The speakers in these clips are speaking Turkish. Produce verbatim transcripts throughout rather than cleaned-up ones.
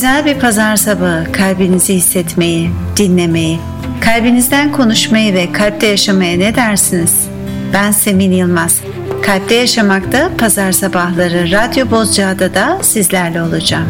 Güzel bir pazar sabahı kalbinizi hissetmeyi, dinlemeyi, kalbinizden konuşmayı ve kalpte yaşamaya ne dersiniz? Ben Semin Yılmaz. Kalpte Yaşamak'ta pazar sabahları Radyo Bozcaada'da sizlerle olacağım.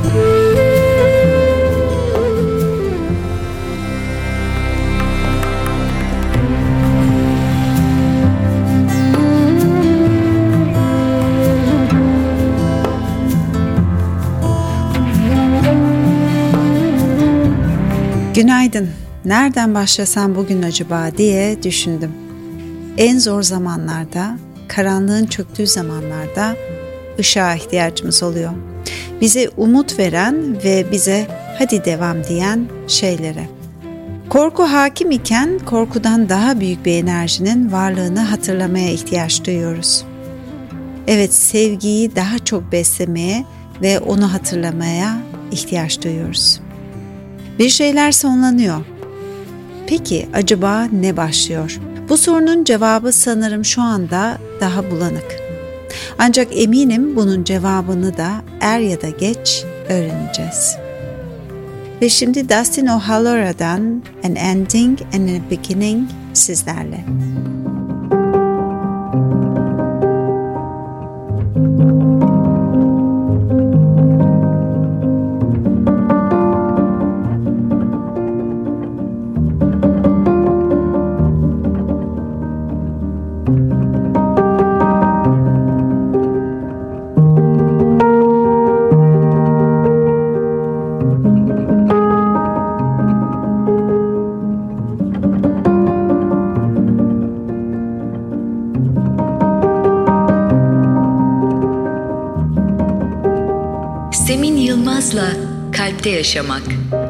Günaydın. Nereden başlasam bugün acaba diye düşündüm. En zor zamanlarda, karanlığın çöktüğü zamanlarda ışığa ihtiyacımız oluyor. Bize umut veren ve bize hadi devam diyen şeylere. Korku hakim iken korkudan daha büyük bir enerjinin varlığını hatırlamaya ihtiyaç duyuyoruz. Evet, sevgiyi daha çok beslemeye ve onu hatırlamaya ihtiyaç duyuyoruz. Bir şeyler sonlanıyor. Peki acaba ne başlıyor? Bu sorunun cevabı sanırım şu anda daha bulanık. Ancak eminim bunun cevabını da er ya da geç öğreneceğiz. Ve şimdi Dustin O'Halloran'dan An Ending and a Beginning sizlerle. Semin Yılmaz'la Kalpte Yaşamak.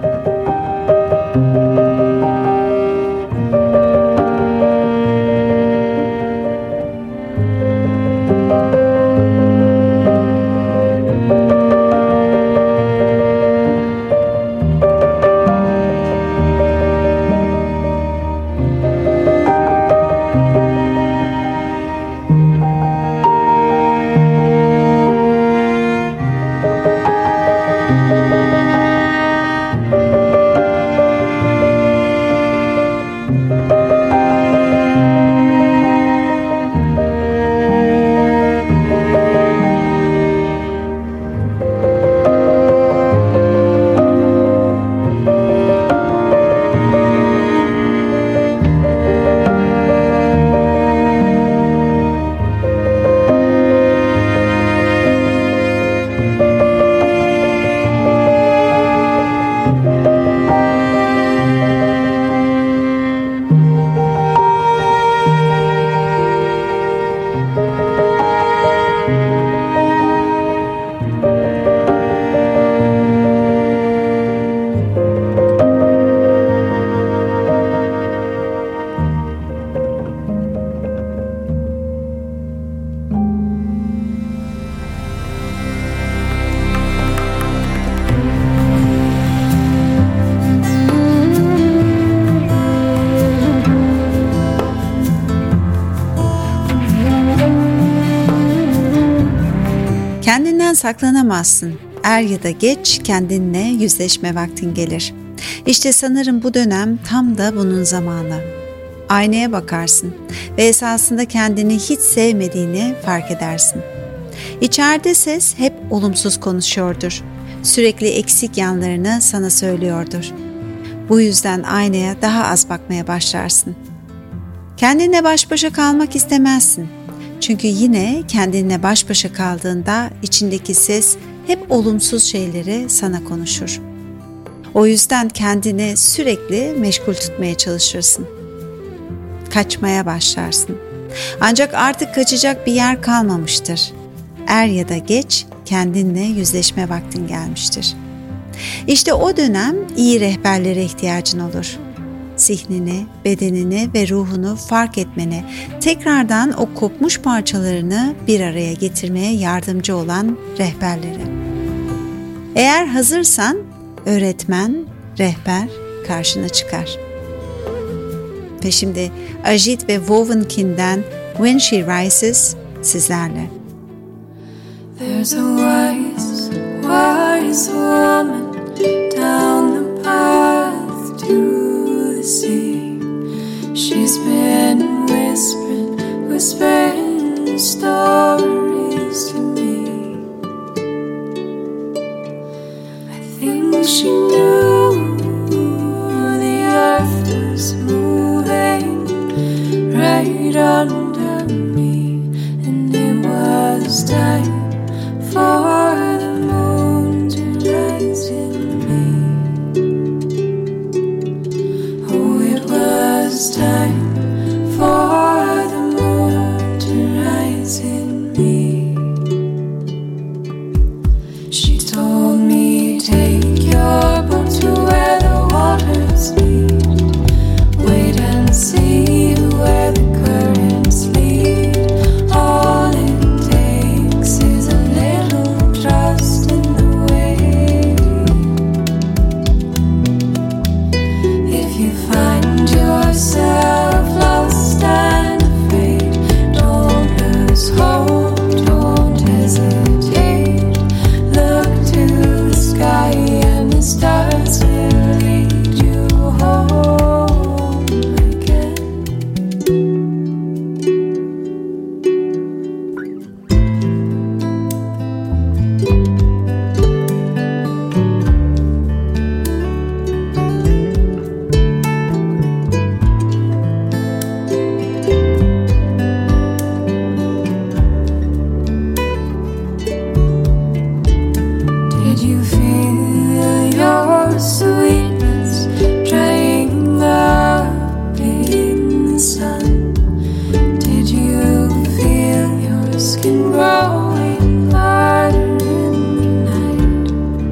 Kendinden saklanamazsın. Er ya da geç kendinle yüzleşme vaktin gelir. İşte sanırım bu dönem tam da bunun zamanı. Aynaya bakarsın ve esasında kendini hiç sevmediğini fark edersin. İçeride ses hep olumsuz konuşuyordur. Sürekli eksik yanlarını sana söylüyordur. Bu yüzden aynaya daha az bakmaya başlarsın. Kendinle baş başa kalmak istemezsin. Çünkü yine kendinle baş başa kaldığında içindeki ses hep olumsuz şeyleri sana konuşur. O yüzden kendini sürekli meşgul tutmaya çalışırsın. Kaçmaya başlarsın. Ancak artık kaçacak bir yer kalmamıştır. Er ya da geç kendinle yüzleşme vaktin gelmiştir. İşte o dönem iyi rehberlere ihtiyacın olur. Zihnini, bedenini ve ruhunu fark etmene, tekrardan o kopmuş parçalarını bir araya getirmeye yardımcı olan rehberlere. Eğer hazırsan öğretmen, rehber karşına çıkar. Ve şimdi Ajit ve Wovenkin'den When She Rises sizlerle. There's a wise, wise woman down the path to the sea. She's been whispering, whispering stories to me. I think she knew the earth was moving right under me, and it was time for the moon to rise in me. Oh, it was time for the moon to rise in me. She told me, take your boat to where the waters meet. Wait and see where the currents lead. All it takes is a little trust in the wave. If you find yourself lost and afraid, don't lose hope, don't hesitate. Look to the sky and the stars will lead you home again. Did you feel your sweetness drying up in the sun? Did you feel your skin growing harder in the night?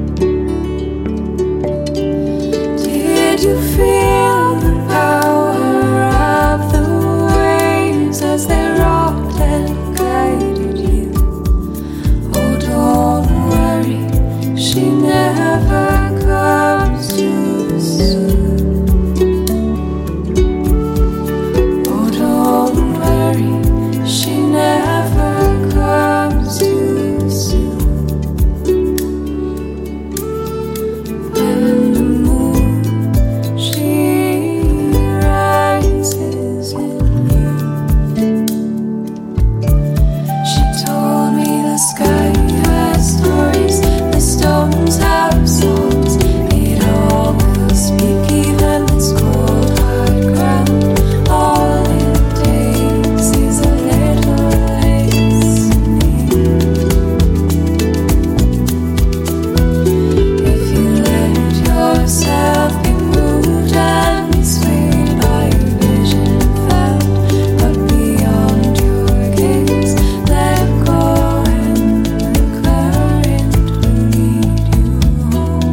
Did you feel the power of the waves as they rocked and guided you? Oh, don't worry, she never comes too soon. Oh, don't worry, she never comes too soon. When the moon, she rises in you. She told me the sky has stories, the stones have songs. It all will speak, even this cold hard ground. All it takes is a little listening. If you let yourself be moved and be swayed by your vision felt, but beyond your gaze, let go and the current will lead you home.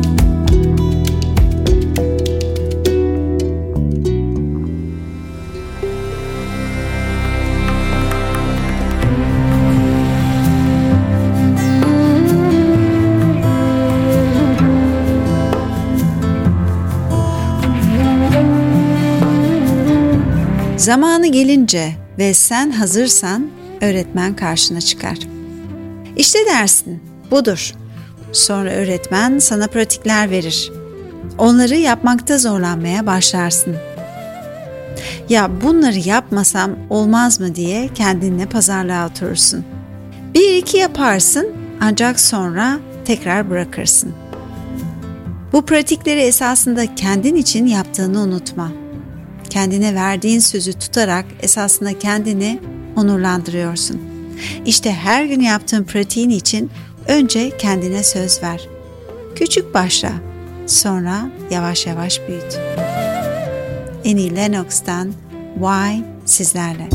Zamanı gelince ve sen hazırsan öğretmen karşına çıkar. İşte dersin, budur. Sonra öğretmen sana pratikler verir. Onları yapmakta zorlanmaya başlarsın. Ya bunları yapmasam olmaz mı diye kendinle pazarlığa oturursun. Bir iki yaparsın ancak sonra tekrar bırakırsın. Bu pratikleri esasında kendin için yaptığını unutma. Kendine verdiğin sözü tutarak esasında kendini onurlandırıyorsun. İşte her gün yaptığın pratiğin için önce kendine söz ver. Küçük başla, sonra yavaş yavaş büyüt. Annie Lennox'tan Why sizlerle.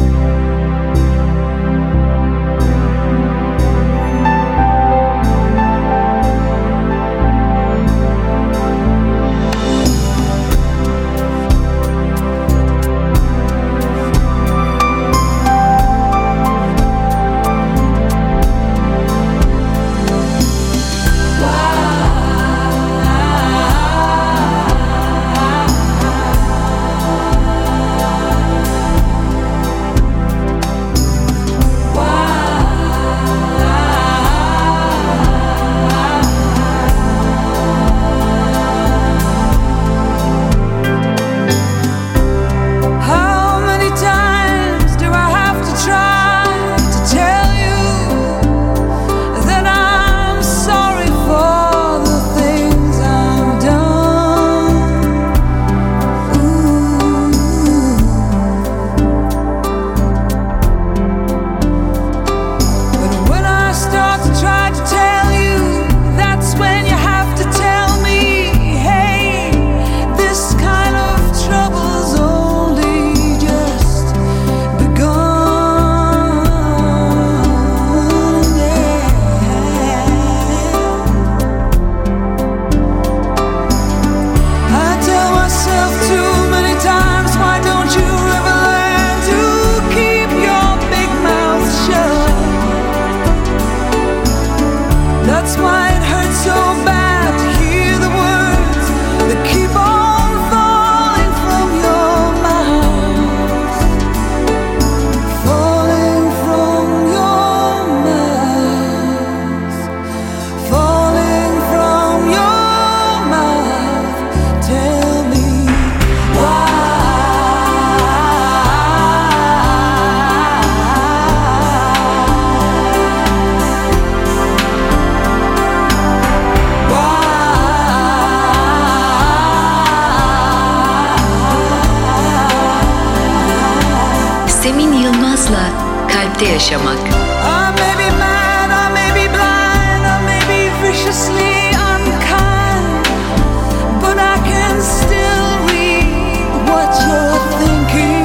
Semin Yılmaz'la Kalpte Yaşamak. I may be mad, I may be blind, I may be viciously unkind, but I can still read what you're thinking.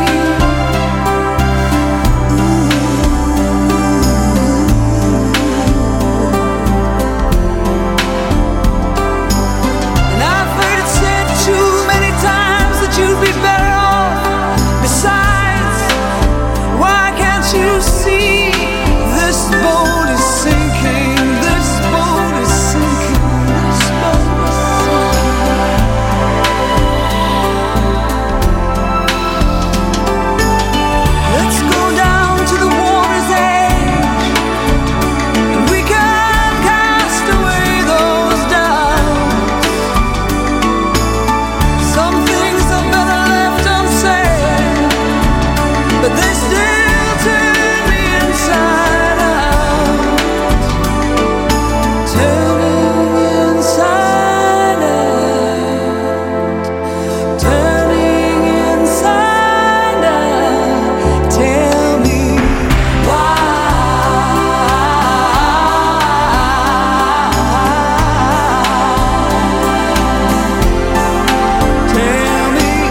And I've heard it said too many times that you'd be better off. Besides, why can't you see this boat is sinking? This boat is sinking. This boat is sinking. Let's go down to the water's edge, and we can cast away those doubts. Some things are better left unsaid, but they still turn me inside out. Turning inside out. Turning inside out. Tell me why. Tell me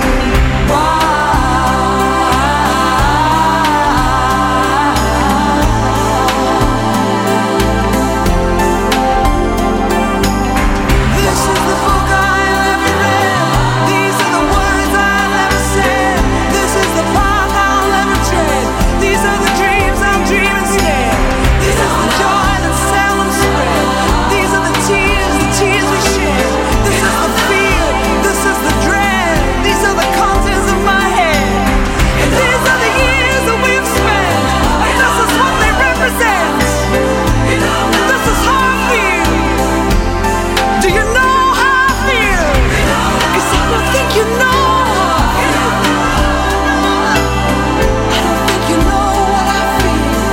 This is the book I never read. These are the words I never said. This is the path I'll never tread. These are the dreams I'm dreaming instead. This is the joy that seldom spread. These are the tears, the tears we shed. This is the fear, this is the dread. These are the contents of my head. And these are the years that we've spent. And this is what they represent. This is how I feel. Do you know how I feel? 'Cause I don't think you know. I don't think you know what I feel.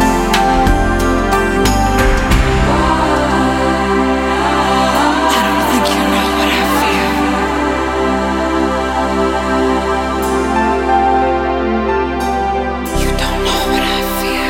I don't think you know what I feel. You don't know what I feel.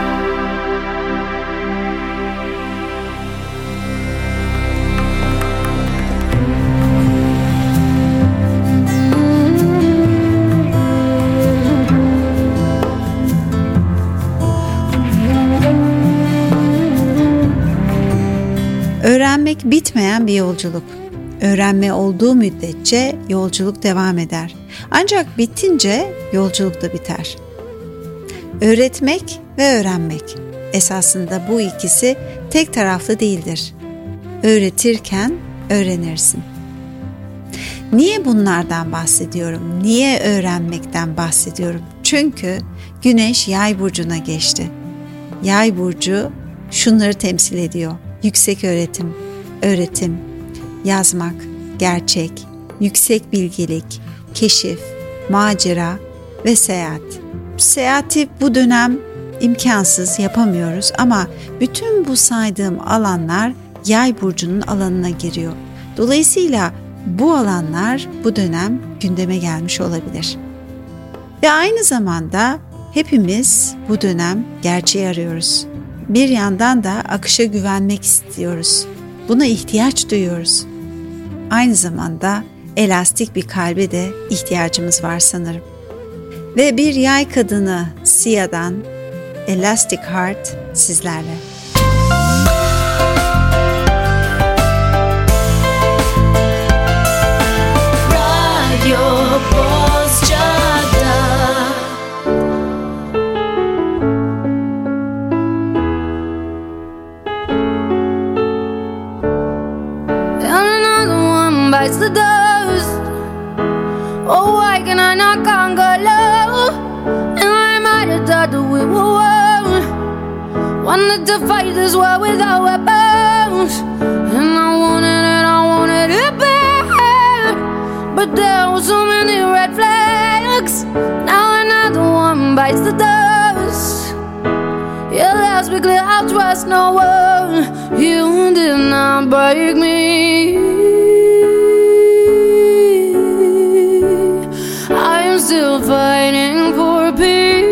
Öğrenmek bitmeyen bir yolculuk. Öğrenme olduğu müddetçe yolculuk devam eder. Ancak bitince yolculuk da biter. Öğretmek ve öğrenmek. Esasında bu ikisi tek taraflı değildir. Öğretirken öğrenirsin. Niye bunlardan bahsediyorum? Niye öğrenmekten bahsediyorum? Çünkü Güneş Yay burcuna geçti. Yay burcu şunları temsil ediyor: yüksek öğretim, öğretim, yazmak, gerçek, yüksek bilgelik, keşif, macera ve seyahat. Seyahati bu dönem imkansız, yapamıyoruz ama bütün bu saydığım alanlar Yay burcunun alanına giriyor. Dolayısıyla bu alanlar bu dönem gündeme gelmiş olabilir. Ve aynı zamanda hepimiz bu dönem gerçeği arıyoruz. Bir yandan da akışa güvenmek istiyoruz. Buna ihtiyaç duyuyoruz. Aynı zamanda elastik bir kalbe de ihtiyacımız var sanırım. Ve bir yay kadını Sia'dan Elastic Heart sizlerle. Radio Bozcaada. And another one bites the dust. Oh, why can I not conquer love? And I might have thought that we were one. Wanted to fight this war without weapons. And I wanted it, I wanted it bad. But there were so many red flags. Now another one bites the dust. Yeah, let's be clear, I'll trust no one. You did not break me. I am still fighting for peace.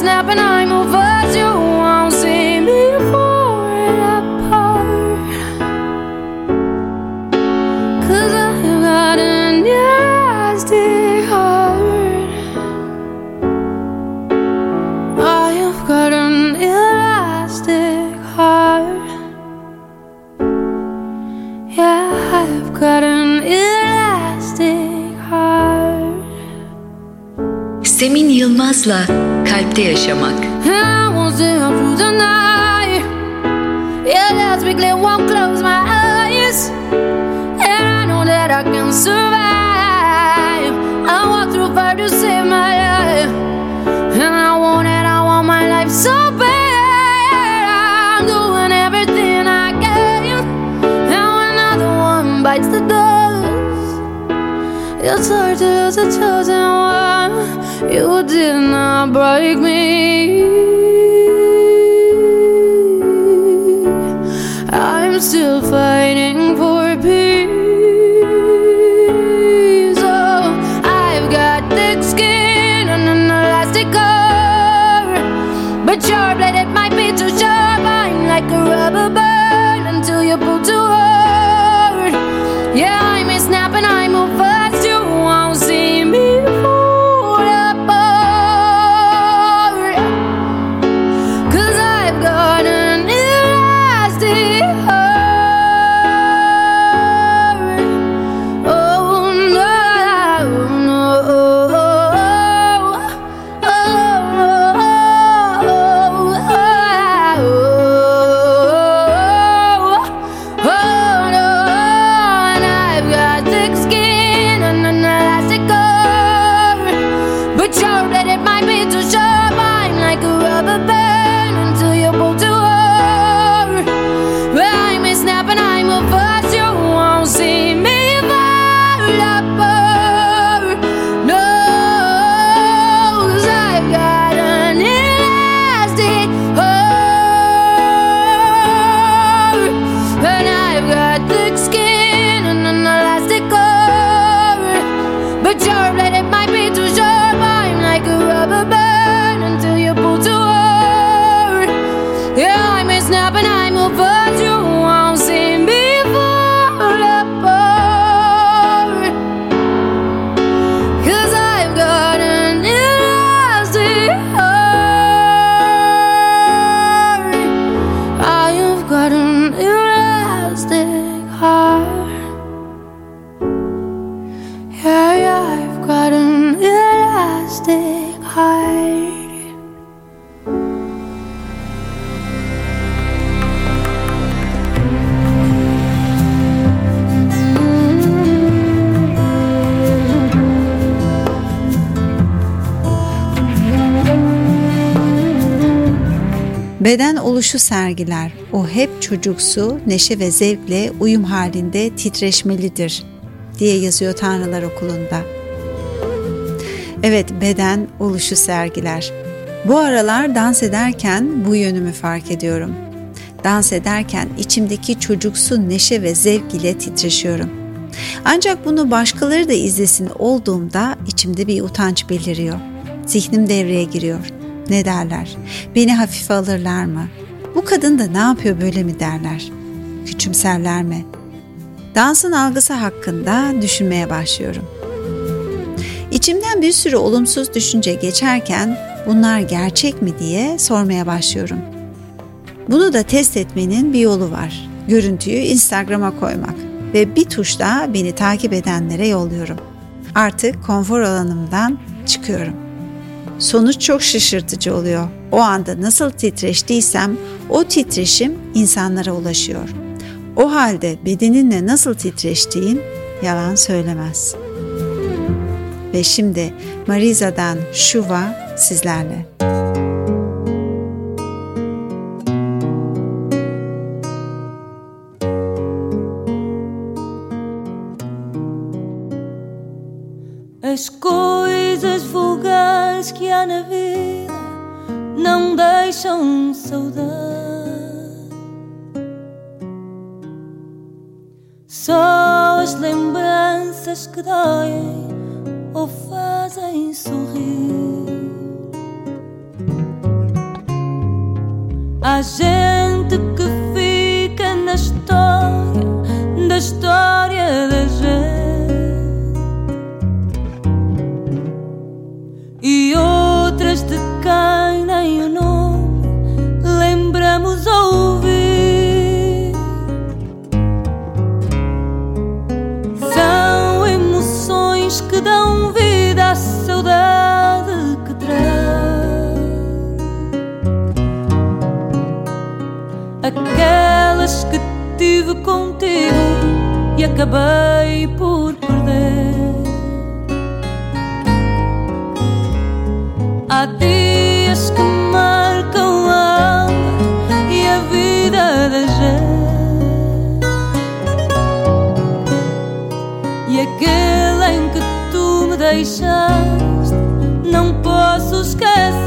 snap and I move fast, you won't see me fall apart. 'Cause I've got an elastic heart. I've got an elastic heart. Yeah, I've got an elastic heart. Semin Yılmaz'la Kalpte Yaşamak. I won't stay up through the night. Yeah, let's be clear, won't close my eyes. And I know that I can survive. I walk through fire to save my life. And I want it, I want my life so bad. I'm doing everything I can. And when another one bites the dust, it's hard to lose the chosen one. You did not break me. I'm still fighting for peace. Oh, I've got thick skin and an elastic cover, but your blade, it might be too sharp. I'm like a rubber band until you pull too hard. Yeah, I may snap and I move fast. You won't see me fall apart. 'Cause I've got an elastic heart. Oh no, no, oh, oh, oh, oh, no. And I've got thick skin and an elastic cover, but your blade, it might be too sharp. I'm like a rubber band until you pull too hard. Well, I may snap and I move fast. You won't see me fall apart. No, 'cause I've got an elastic heart. And I've got thick skin and an elastic cover, but your blade, it might be too sharp. I'm like a rubber band until you pull too hard. Yeah, I may snap and I move fast. You won't see me fall apart. 'Cause I've got an elastic heart. I've got an elastic heart. Yeah, yeah, I've got an elastic heart. Beden oluşu sergiler. O hep çocuksu, neşe ve zevkle uyum halinde titreşmelidir diye yazıyor Tanrılar Okulu'nda. Evet, beden oluşu sergiler. Bu aralar dans ederken bu yönümü fark ediyorum. Dans ederken içimdeki çocuksu neşe ve zevk ile titreşiyorum. Ancak bunu başkaları da izlesin olduğumda içimde bir utanç beliriyor. Zihnim devreye giriyor. Ne derler? Beni hafife alırlar mı? Bu kadın da ne yapıyor böyle mi derler? Küçümserler mi? Dansın algısı hakkında düşünmeye başlıyorum. İçimden bir sürü olumsuz düşünce geçerken bunlar gerçek mi diye sormaya başlıyorum. Bunu da test etmenin bir yolu var. Görüntüyü Instagram'a koymak ve bir tuşla beni takip edenlere yolluyorum. Artık konfor alanımdan çıkıyorum. Sonuç çok şaşırtıcı oluyor. O anda nasıl titreştiysem o titreşim insanlara ulaşıyor. O halde bedeninle nasıl titreştiğin yalan söylemez. Ve şimdi Mariza'dan Şuva sizlerle. As coisas vulgares que há na vida não deixam saudade. Só as lembranças que doem ou fazem sorrir. Há gente que fica na história da história da gente, e outras de quem nem o nome lembramos ouvir. São emoções que dão vida à saudade que traz, aquelas que tive contigo e acabei por perder. Há dias que marcam a alma e a vida da gente, e aquele em que tu me deixaste não posso esquecer.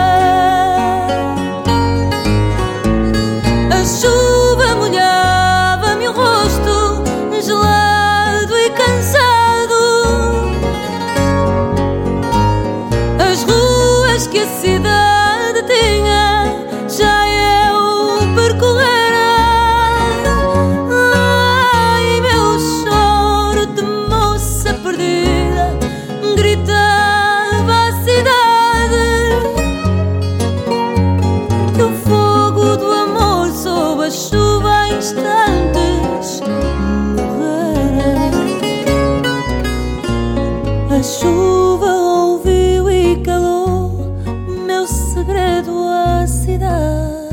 A chuva molhava-me o rosto, gelado e cansado. As ruas que a cidade tinha já eu percorrera. Ai, meu choro de moça perdida gritava a cidade que o fogo do amor sob a chuva a instantes morrera. A chuva ouviu e calou meu segredo à cidade,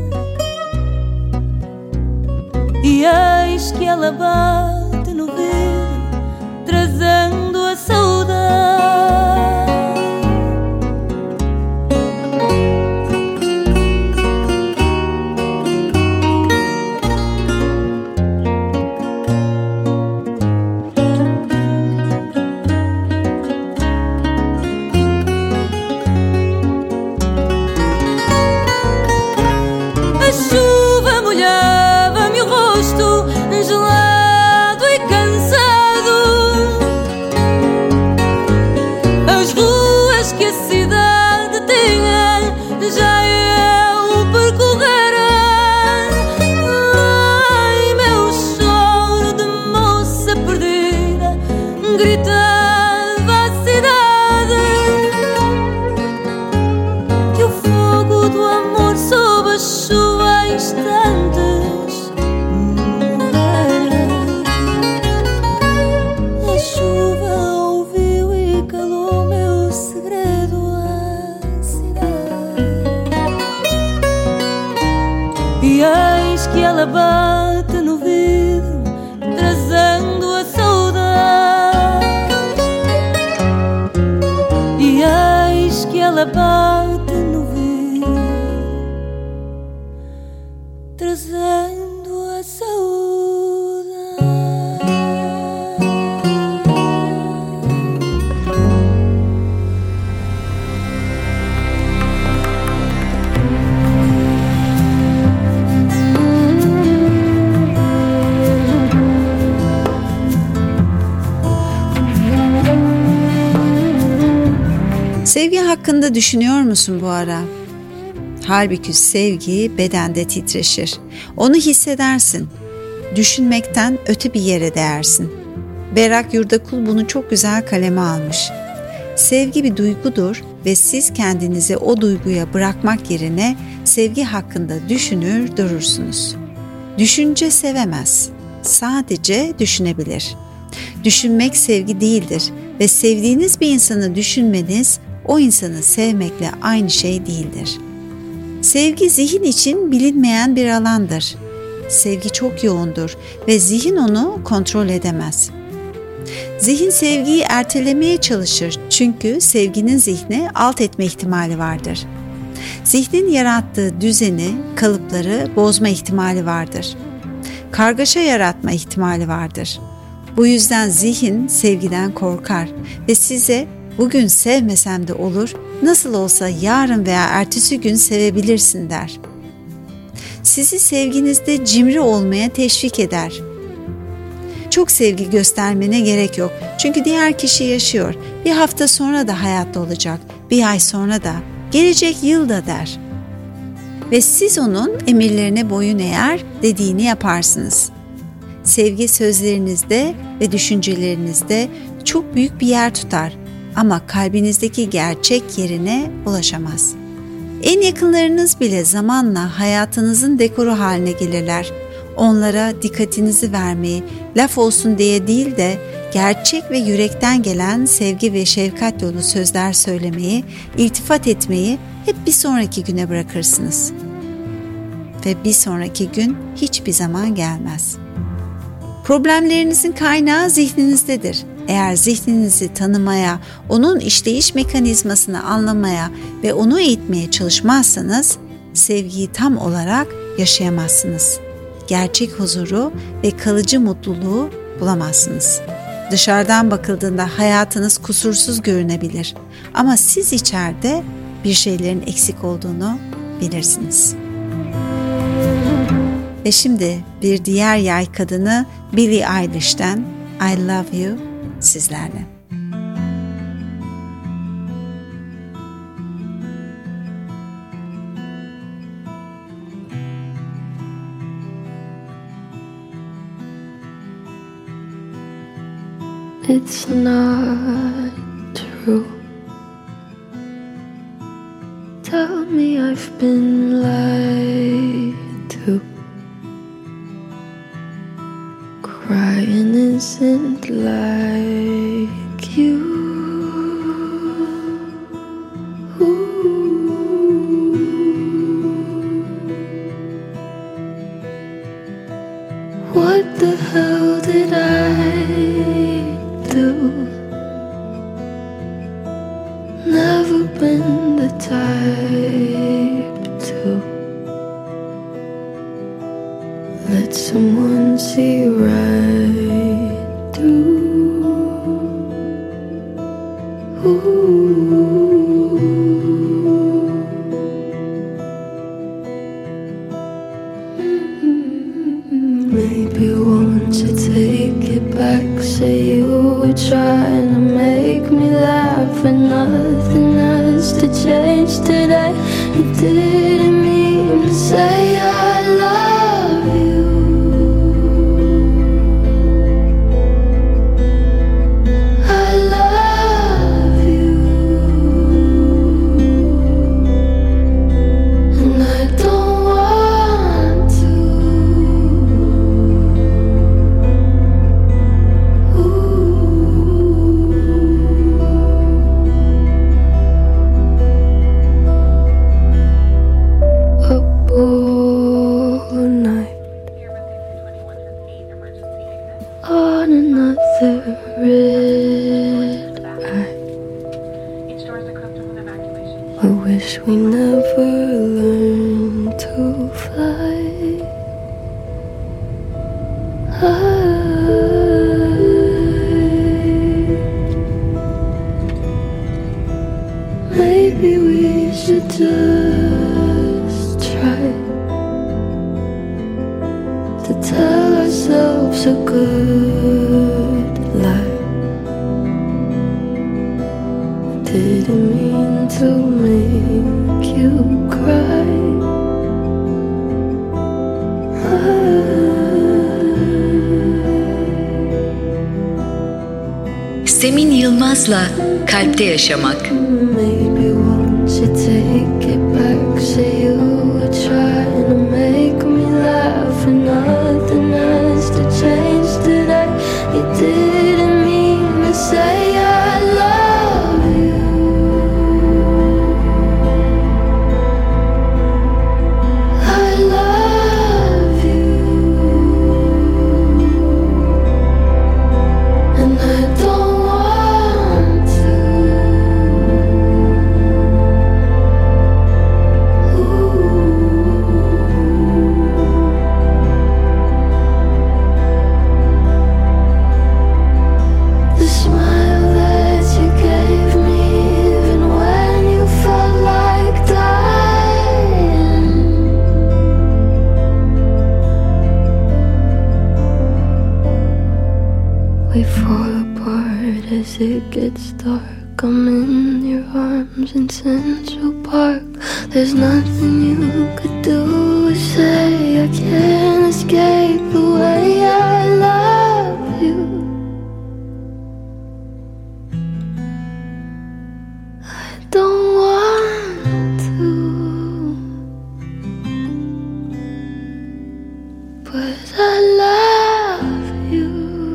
e eis que ela bate no vidro trazendo a saudade. A chuva molhava-me o rosto, gelado e cansado. As ruas que a cidade tinha já eu percorrera. Ai, meu choro de moça perdida gritava a cidade que o fogo do amor sob a chuva a instantes morrera. A chuva ouviu e calou meu segredo à cidade, e eis que ela bate no vidro trazendo a saudade, e eis que ela bate no vidro trazendo a saudade. Sevgi hakkında düşünüyor musun bu ara? Halbuki sevgi bedende titreşir. Onu hissedersin. Düşünmekten öte bir yere değersin. Berrak Yurdakul bunu çok güzel kaleme almış. Sevgi bir duygudur ve siz kendinizi o duyguya bırakmak yerine sevgi hakkında düşünür durursunuz. Düşünce sevemez. Sadece düşünebilir. Düşünmek sevgi değildir ve sevdiğiniz bir insanı düşünmeniz o insanı sevmekle aynı şey değildir. Sevgi zihin için bilinmeyen bir alandır. Sevgi çok yoğundur ve zihin onu kontrol edemez. Zihin sevgiyi ertelemeye çalışır çünkü sevginin zihni alt etme ihtimali vardır. Zihnin yarattığı düzeni, kalıpları bozma ihtimali vardır. Kargaşa yaratma ihtimali vardır. Bu yüzden zihin sevgiden korkar ve size bugün sevmesem de olur, nasıl olsa yarın veya ertesi gün sevebilirsin der. Sizi sevginizde cimri olmaya teşvik eder. Çok sevgi göstermene gerek yok. Çünkü diğer kişi yaşıyor. Bir hafta sonra da hayatta olacak. Bir ay sonra da, gelecek yılda der. ve siz onun emirlerine boyun eğer, dediğini yaparsınız. Sevgi sözlerinizde ve düşüncelerinizde çok büyük bir yer tutar ama kalbinizdeki gerçek yerine ulaşamaz. En yakınlarınız bile zamanla hayatınızın dekoru haline gelirler. Onlara dikkatinizi vermeyi, laf olsun diye değil de gerçek ve yürekten gelen sevgi ve şefkat dolu sözler söylemeyi, iltifat etmeyi hep bir sonraki güne bırakırsınız. Ve bir sonraki gün hiçbir zaman gelmez. Problemlerinizin kaynağı zihninizdedir. Eğer zihninizi tanımaya, onun işleyiş mekanizmasını anlamaya ve onu eğitmeye çalışmazsanız, sevgiyi tam olarak yaşayamazsınız. Gerçek huzuru ve kalıcı mutluluğu bulamazsınız. Dışarıdan bakıldığında hayatınız kusursuz görünebilir ama siz içeride bir şeylerin eksik olduğunu bilirsiniz. Ve şimdi bir diğer yay kadını Billie Eilish'ten I Love You sizlerle. It's not true. Tell me I've been lied to. Crying isn't like you. What the hell did I do? Never been the type to let someone see right through. Ooh. Maybe won't you take it back? Say you were trying to make me laugh, and nothing has to change today. You didn't mean to say I love you. I love you, and I don't want to. Up all night on another red eye. I wish we never learned to fly. Maybe we should just try to tell ourselves a good lie. Didn't mean to make you cry. Semin Yılmaz'la Kalpte Yaşamak. Maybe won't you take it back? Say you were trying to make me laugh, and nothing has to change today. You didn't mean to say I love you. I love you, and I don't want to. The smile that you gave me, even when you felt like dying. We fall apart as it gets dark. I'm in your arms in Central Park. There's nothing you could do can't escape the way I love you. I don't want to, but I love you.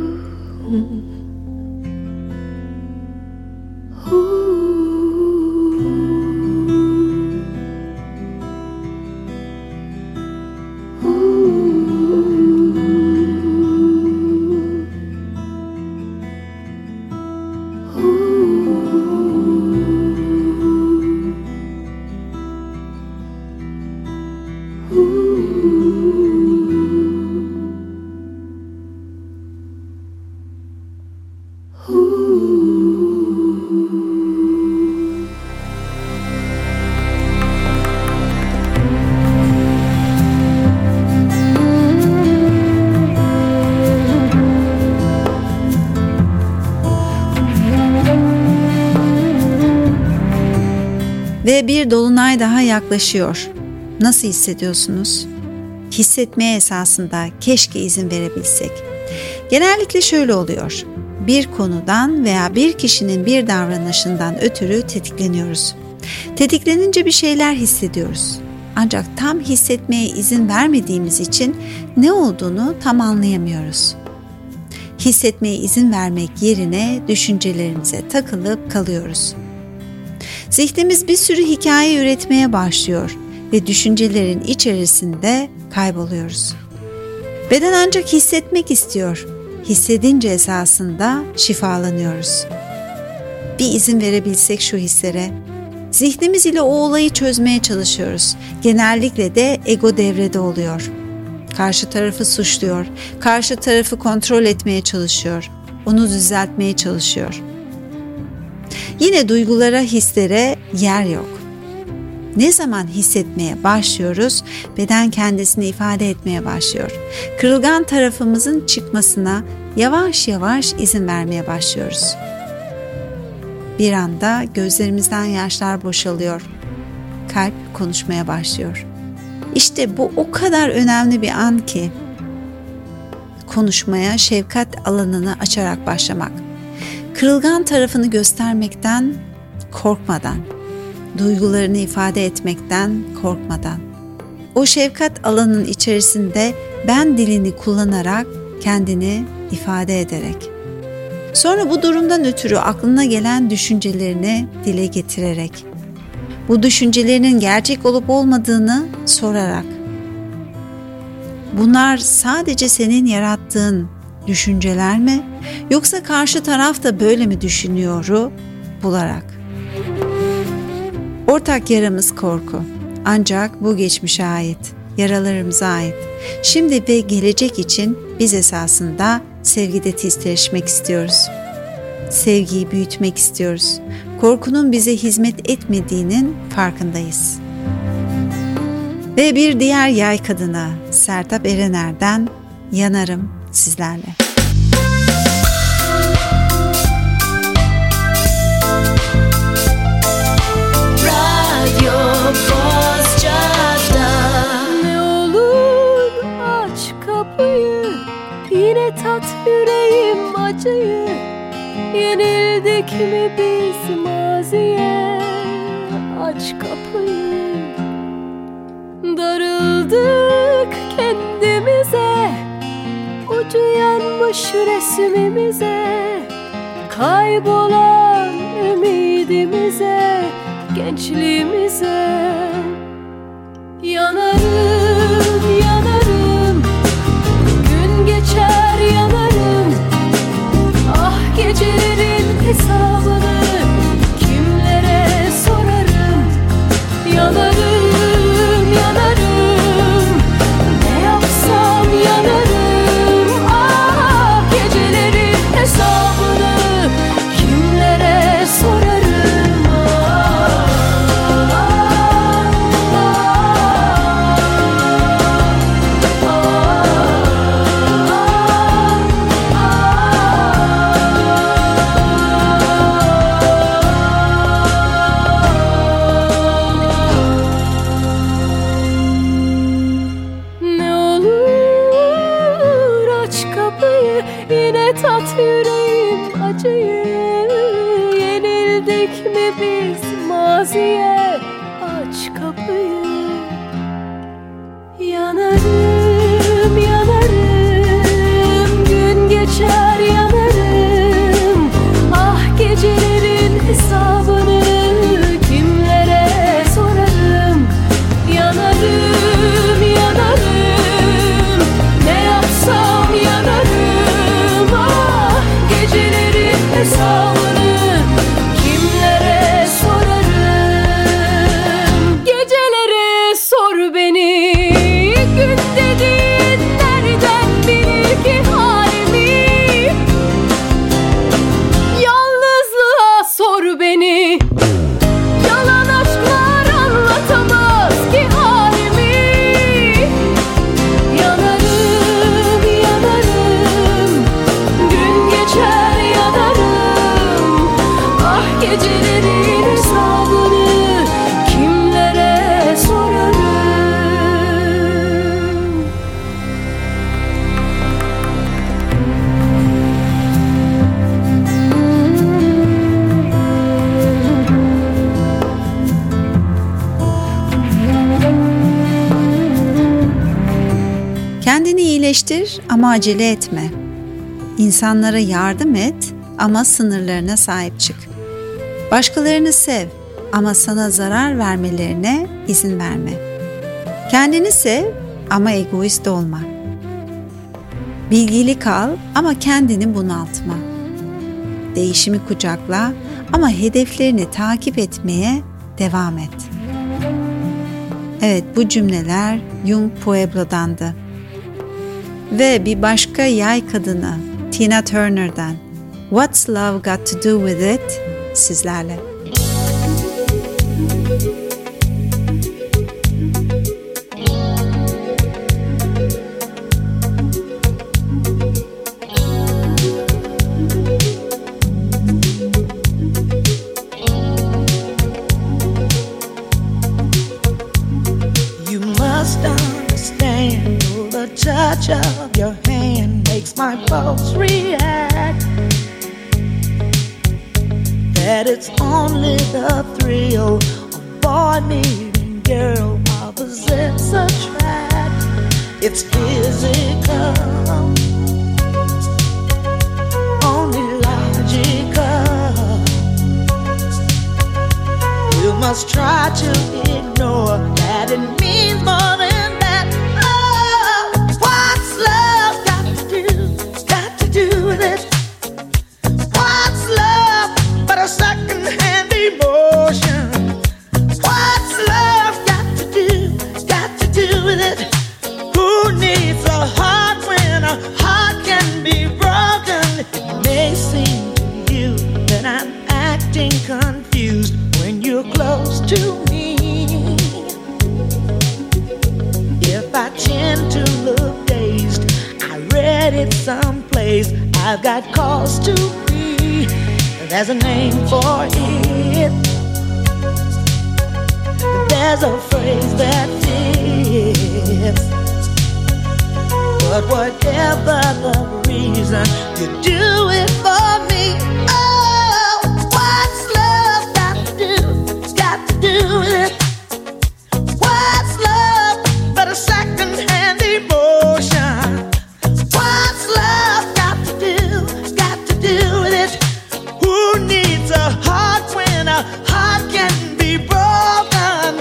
Ooh. Ve bir dolunay daha yaklaşıyor. Nasıl hissediyorsunuz? Hissetmeye esasında keşke izin verebilsek. Genellikle şöyle oluyor. Bir konudan veya bir kişinin bir davranışından ötürü tetikleniyoruz. Tetiklenince bir şeyler hissediyoruz. Ancak tam hissetmeye izin vermediğimiz için ne olduğunu tam anlayamıyoruz. Hissetmeye izin vermek yerine düşüncelerimize takılıp kalıyoruz. Zihnimiz bir sürü hikaye üretmeye başlıyor ve düşüncelerin içerisinde kayboluyoruz. Beden ancak hissetmek istiyor. Hissedince esasında şifalanıyoruz. Bir izin verebilsek şu hislere. Zihnimiz ile o olayı çözmeye çalışıyoruz. Genellikle de ego devrede oluyor. Karşı tarafı suçluyor, karşı tarafı kontrol etmeye çalışıyor, onu düzeltmeye çalışıyor. Yine duygulara, hislere yer yok. Ne zaman hissetmeye başlıyoruz, beden kendisini ifade etmeye başlıyor. Kırılgan tarafımızın çıkmasına yavaş yavaş izin vermeye başlıyoruz. Bir anda gözlerimizden yaşlar boşalıyor. Kalp konuşmaya başlıyor. İşte bu o kadar önemli bir an ki, konuşmaya şefkat alanını açarak başlamak. Kırılgan tarafını göstermekten korkmadan, duygularını ifade etmekten korkmadan, o şefkat alanının içerisinde ben dilini kullanarak kendini ifade ederek, sonra bu durumdan ötürü aklına gelen düşüncelerini dile getirerek, bu düşüncelerinin gerçek olup olmadığını sorarak, bunlar sadece senin yarattığın düşünceler mi, yoksa karşı taraf da böyle mi düşünüyoru bularak. Ortak yaramız korku. Ancak bu geçmişe ait, yaralarımıza ait. Şimdi ve gelecek için biz esasında sevgide titreşmek istiyoruz. Sevgiyi büyütmek istiyoruz. Korkunun bize hizmet etmediğinin farkındayız. Ve bir diğer yay kadını Sertab Erener'den Yanarım sizlerle. Radyo Bozcaada. Ne olur aç kapıyı, yine tat yüreğim acıyı. Yenildik mi biz maziye? Aç kapıyı. Darıldık kendimize, ucu yanmış resmimize, kaybolan ümidimize, gençliğimize. Yanarım, yanarım, gün geçer yanarım. Ah gecelerin hesabını kimlere sorarım? Yanarım, yanarım, ne yapsam yanarım. Ah gecelerin hesabını kimlere sorarım? Ah, ah, ah. Yanarım, yanarım, gün geçer yanarım. Ah gecelerin hesabını kimlere sorarım. Yanarım, yanarım, ne yapsam yanarım. Ah gecelerin hesabını kimlere sorarım. Gecelere sor beni. Gün dediğin nereden bilir ki halimi? Yalnızlığa sor beni. Yalan aşklar anlatamaz ki halimi. Yanarım, yanarım, gün geçer yanarım. Ah gecelerin hesabını kimlere sorarım. Kendini iyileştir ama acele etme. İnsanlara yardım et ama sınırlarına sahip çık. Başkalarını sev ama sana zarar vermelerine izin verme. Kendini sev ama egoist olma. Bilgili kal ama kendini bunaltma. Değişimi kucakla ama hedeflerini takip etmeye devam et. Evet, bu cümleler Yung Pueblo'dandı. Ve bir başka yay kadını Tina Turner'dan What's Love Got to Do With It sizlerle. You must understand the touch of your hand makes my pulse react. That it's only the thrill of boy meeting girl opposites attract. It's physical, only logical. You must try to ignore that it means more than that. Oh, what's love got to do, got to do with it? What's love but a second-hand emotion? What's love got to do, got to do with it? Who needs a heart when a heart can be broken? It may seem to you that I'm acting confused when you're close to me. If I tend to look dazed, I read it someplace. I've got cause to be. There's a name for it. There's a phrase that fits. But whatever the reason, you do it for me. Oh, what's love got to do, got to do with it? What's love but a second-hand emotion? What's love got to do, got to do with it? Who needs a heart when a heart can be broken?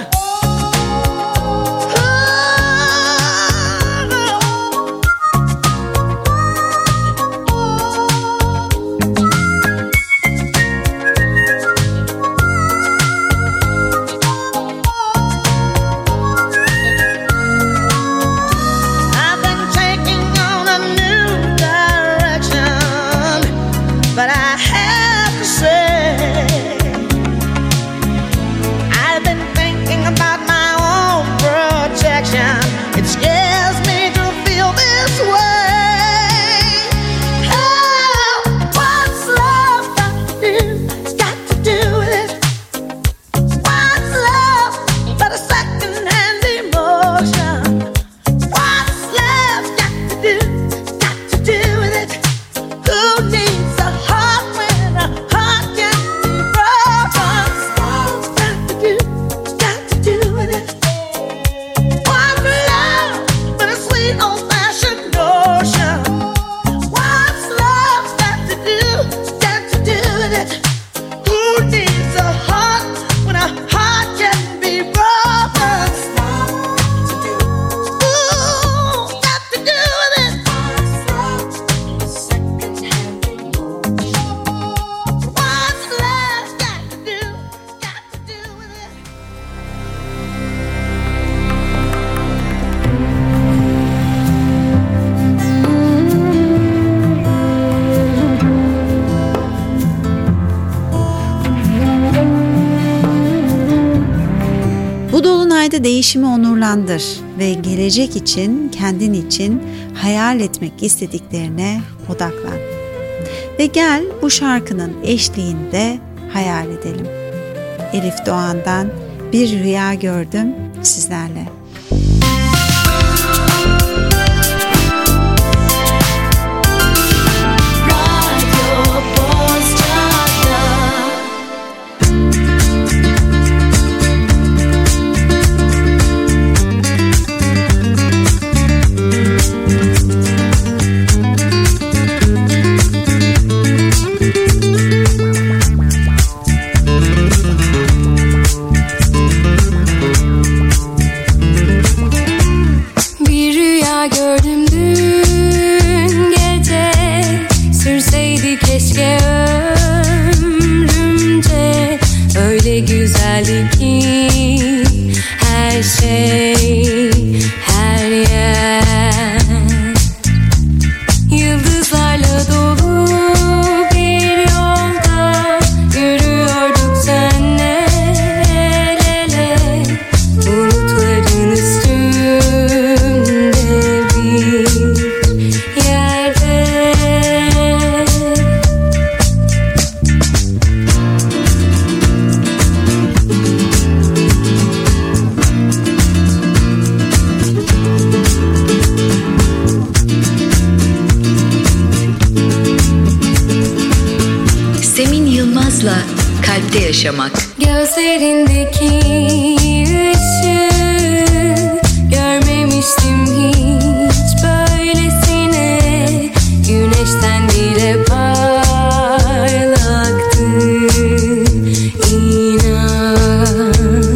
olayda değişimi onurlandır ve gelecek için, kendin için hayal etmek istediklerine odaklan. Ve gel bu şarkının eşliğinde hayal edelim. Elif Doğan'dan Bir Rüya Gördüm sizlerle. Kalpte yaşamak. Gözlerindeki ışığı görmemiştim hiç böylesine. Güneşten bile parlaktı, inan.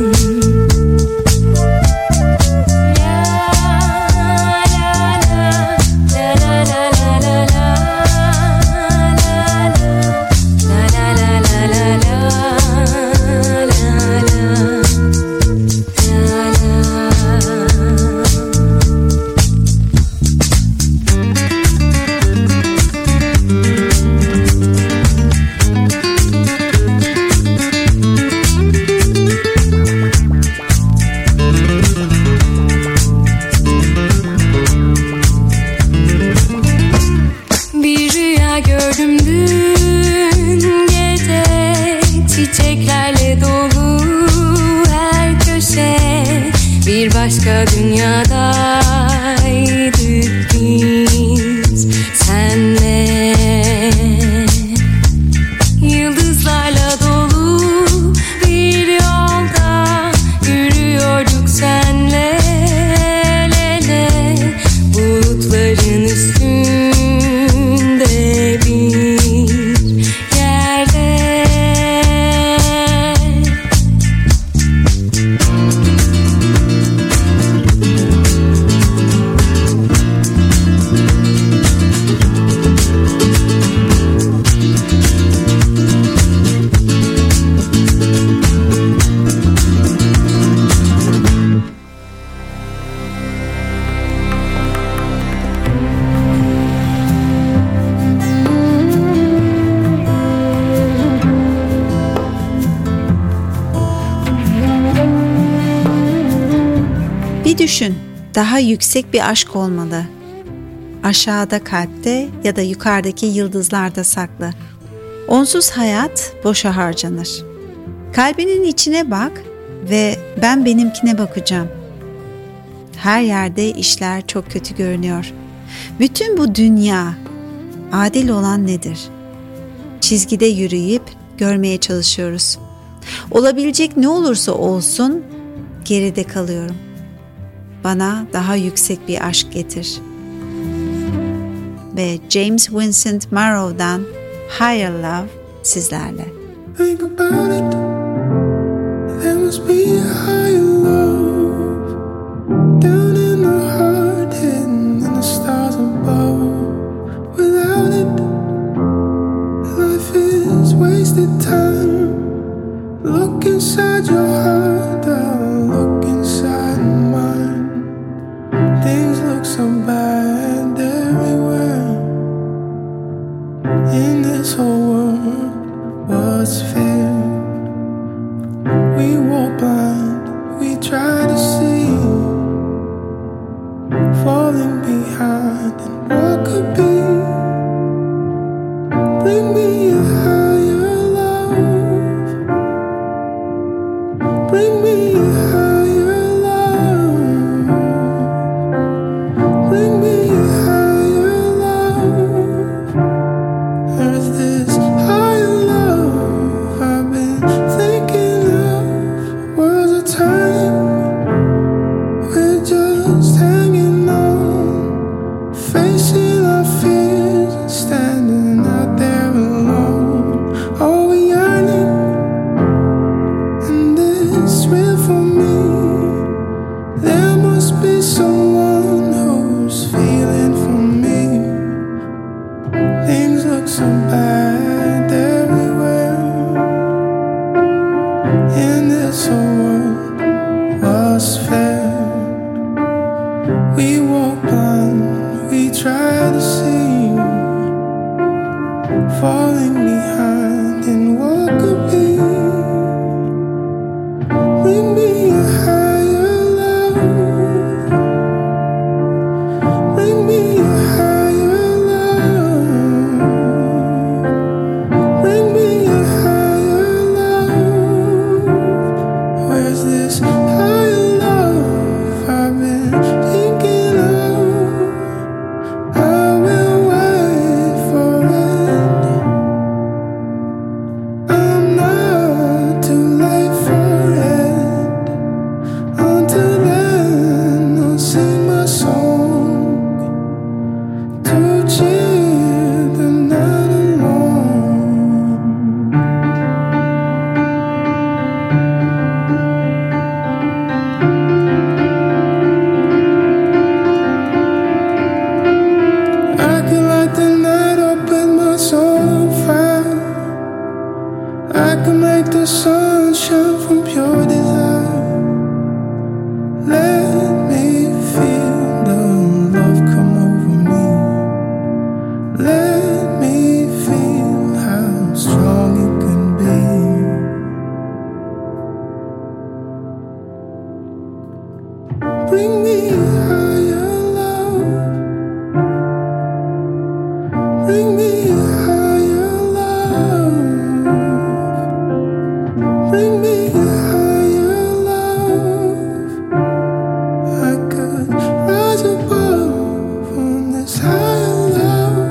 Başka dünyadaydık biz senle. Yıldızlarla dolu bir yolda yürüyorduk senle, el ele. Bulutların üstünde bir yerde. Bir düşün, daha yüksek bir aşk olmalı. Aşağıda kalpte ya da yukarıdaki yıldızlarda saklı. Onsuz hayat boşa harcanır. Kalbinin içine bak ve ben benimkine bakacağım. Her yerde işler çok kötü görünüyor. Bütün bu dünya, adil olan nedir? Çizgide yürüyüp görmeye çalışıyoruz. Olabilecek ne olursa olsun geride kalıyorum. Bana daha yüksek bir aşk getir. Ve James Vincent Marrow'dan Higher Love sizlerle. Think about it. There must be a higher love down in the heart, hidden in the stars above. Without it, life is wasted time. Look inside your heart, I'll look inside mine. Things look so bad everywhere in this whole world. What's fair? We walk blind to see, falling behind and what could be. Bring me a higher love, bring me a higher love, bring me a higher love. There's this higher love I've been thinking of. Was a time we're just hanging on, facing our fears and standing out there alone. Oh, we're yearning, and it's real for me. There must be someone who's feeling for me. Things look so bad everywhere in this whole world. What's fair? We walk blind, we try to see, falling behind in what could be. Bring me a higher love, bring me a higher love, bring me a higher love. Where's this higher love I've been thinking of? I will wait for it. I'm not too late for it. Until then, I'll sing my song to cheer the night along. I can light the night up with my soul on fire. I can make the sun shine from pure desire. Let me feel the love come over me. Let me feel how strong it can be. Bring me a higher love, bring me a higher love, bring me a higher love. I could rise above on this higher love.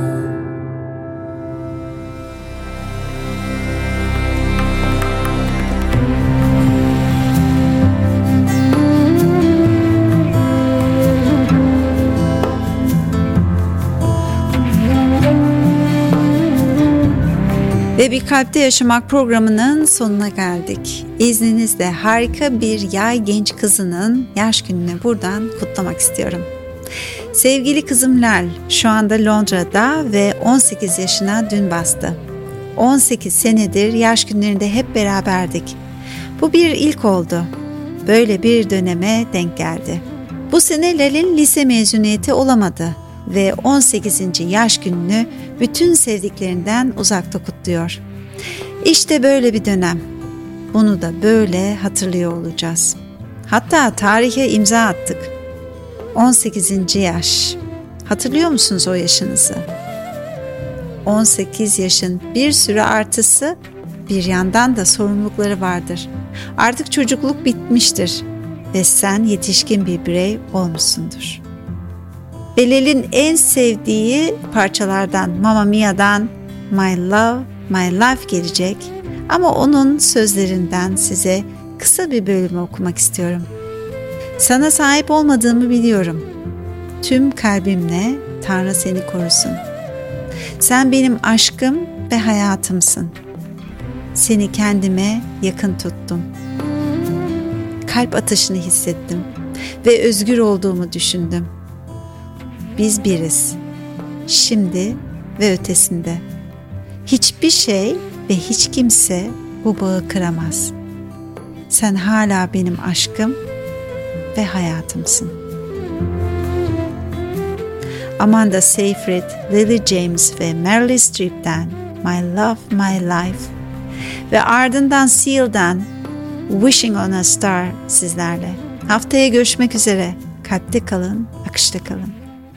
Ve Bir Kalpte Yaşamak programının sonuna geldik. İzninizle harika bir yay genç kızının yaş gününü buradan kutlamak istiyorum. Sevgili kızım Lal şu anda Londra'da ve on sekiz yaşına dün bastı. on sekiz senedir yaş günlerinde hep beraberdik. Bu bir ilk oldu. Böyle bir döneme denk geldi. Bu sene Lal'in lise mezuniyeti olamadı ve on sekizinci yaş gününü bütün sevdiklerinden uzakta kutluyor. İşte böyle bir dönem. Bunu da böyle hatırlıyor olacağız. Hatta tarihe imza attık. on sekizinci yaş. Hatırlıyor musunuz o yaşınızı? on sekiz yaşın bir sürü artısı, bir yandan da sorumlulukları vardır. Artık çocukluk bitmiştir ve sen yetişkin bir birey olmuşsundur. Belal'in en sevdiği parçalardan Mamma Mia'dan My Love, My Life gelecek ama onun sözlerinden size kısa bir bölümü okumak istiyorum. Sana sahip olmadığımı biliyorum. Tüm kalbimle Tanrı seni korusun. Sen benim aşkım ve hayatımsın. Seni kendime yakın tuttum. Kalp atışını hissettim ve özgür olduğumu düşündüm. Biz biriz. Şimdi ve ötesinde. Hiçbir şey ve hiç kimse bu bağı kıramaz. Sen hala benim aşkım ve hayatımsın. Amanda Seyfried, Lily James ve Meryl Streep'ten My Love, My Life ve ardından Seal'dan Wishing on a Star sizlerle. Haftaya görüşmek üzere. Kalpte kalın, akışta kalın.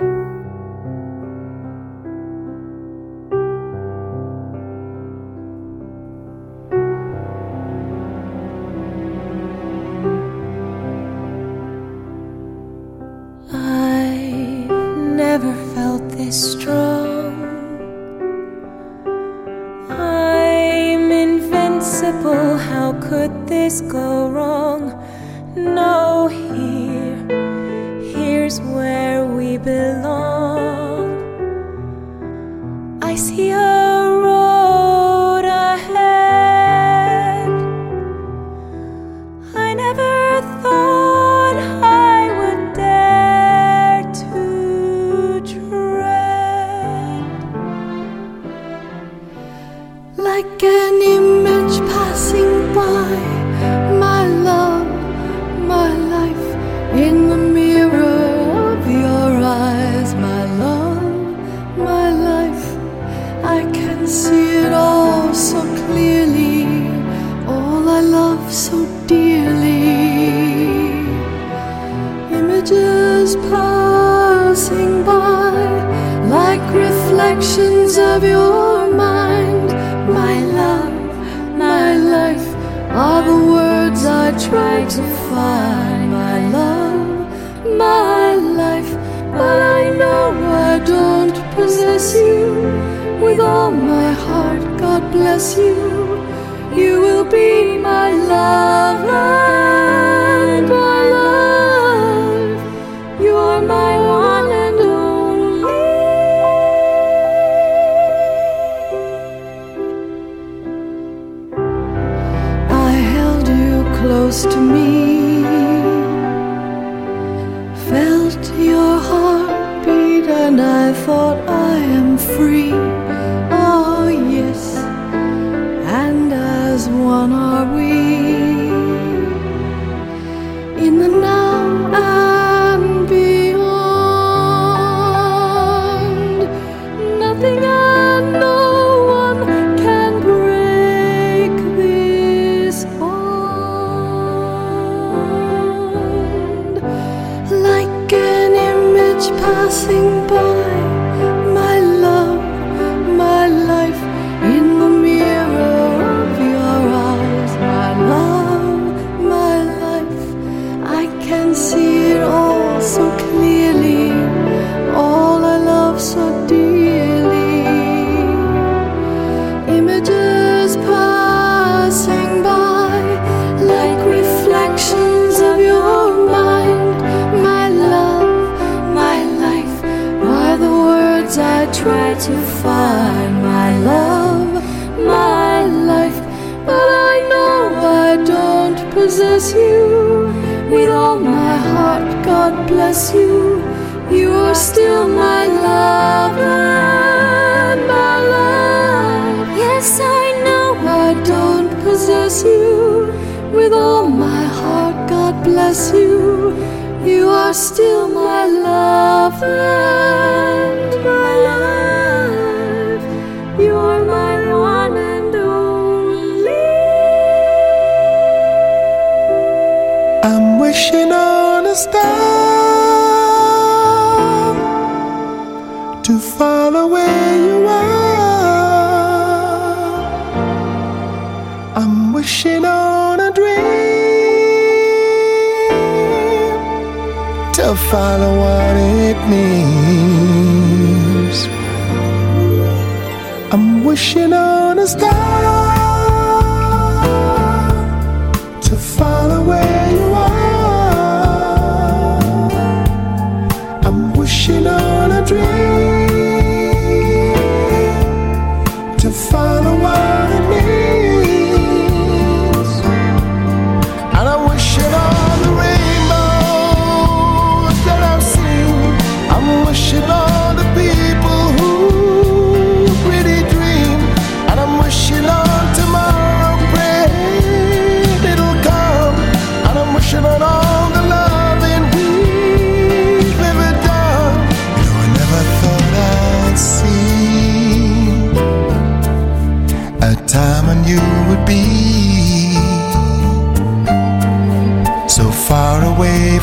Never felt this strong. I'm invincible. How could this go wrong? No, here, here's where we belong. I see a road ahead. I never thought I would dare to tread. Like an image passing by, my love, my life, in the mirror of your eyes, my love, my life. I can see it all so clearly, all I love so dearly. Images passing by, like reflections of your mind. My love, my life, are the words I try to find. My love, my life, but I know I don't possess you. With all my heart, God bless you. You will be my love and my life. You are my one and only. I held you close to me, felt your heartbeat, and I thought I am free. Oh yes, and as one are we, in the now and beyond. Nothing and no one can break this bond. Like an image passing by, my love, my life, in the mirror of your eyes. My love, my life, I can see it all so clearly, all I love so dearly. Images passing by, like reflections of your mind. My love, my life, are the words I try to find. My love, my life, but I know I don't possess you. With all my heart, God bless you. You are still my love and my life. Yes, I know I don't possess you. With all my heart, God bless you. You are still my love and my life. You are my one and only. I'm wishing on a star to follow where you are. I'm wishing on a dream to follow what it means. I'm wishing on a star to follow where you are. I'm wishing on a dream to follow what it means. And I'm wishing on the rainbows that I've seen. I'm wishing on the people who really dream. And I'm wishing on tomorrow, praying it'll come. And I'm wishing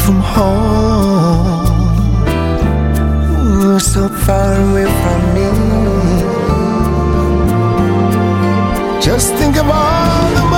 from home, so far away from me. Just think of all the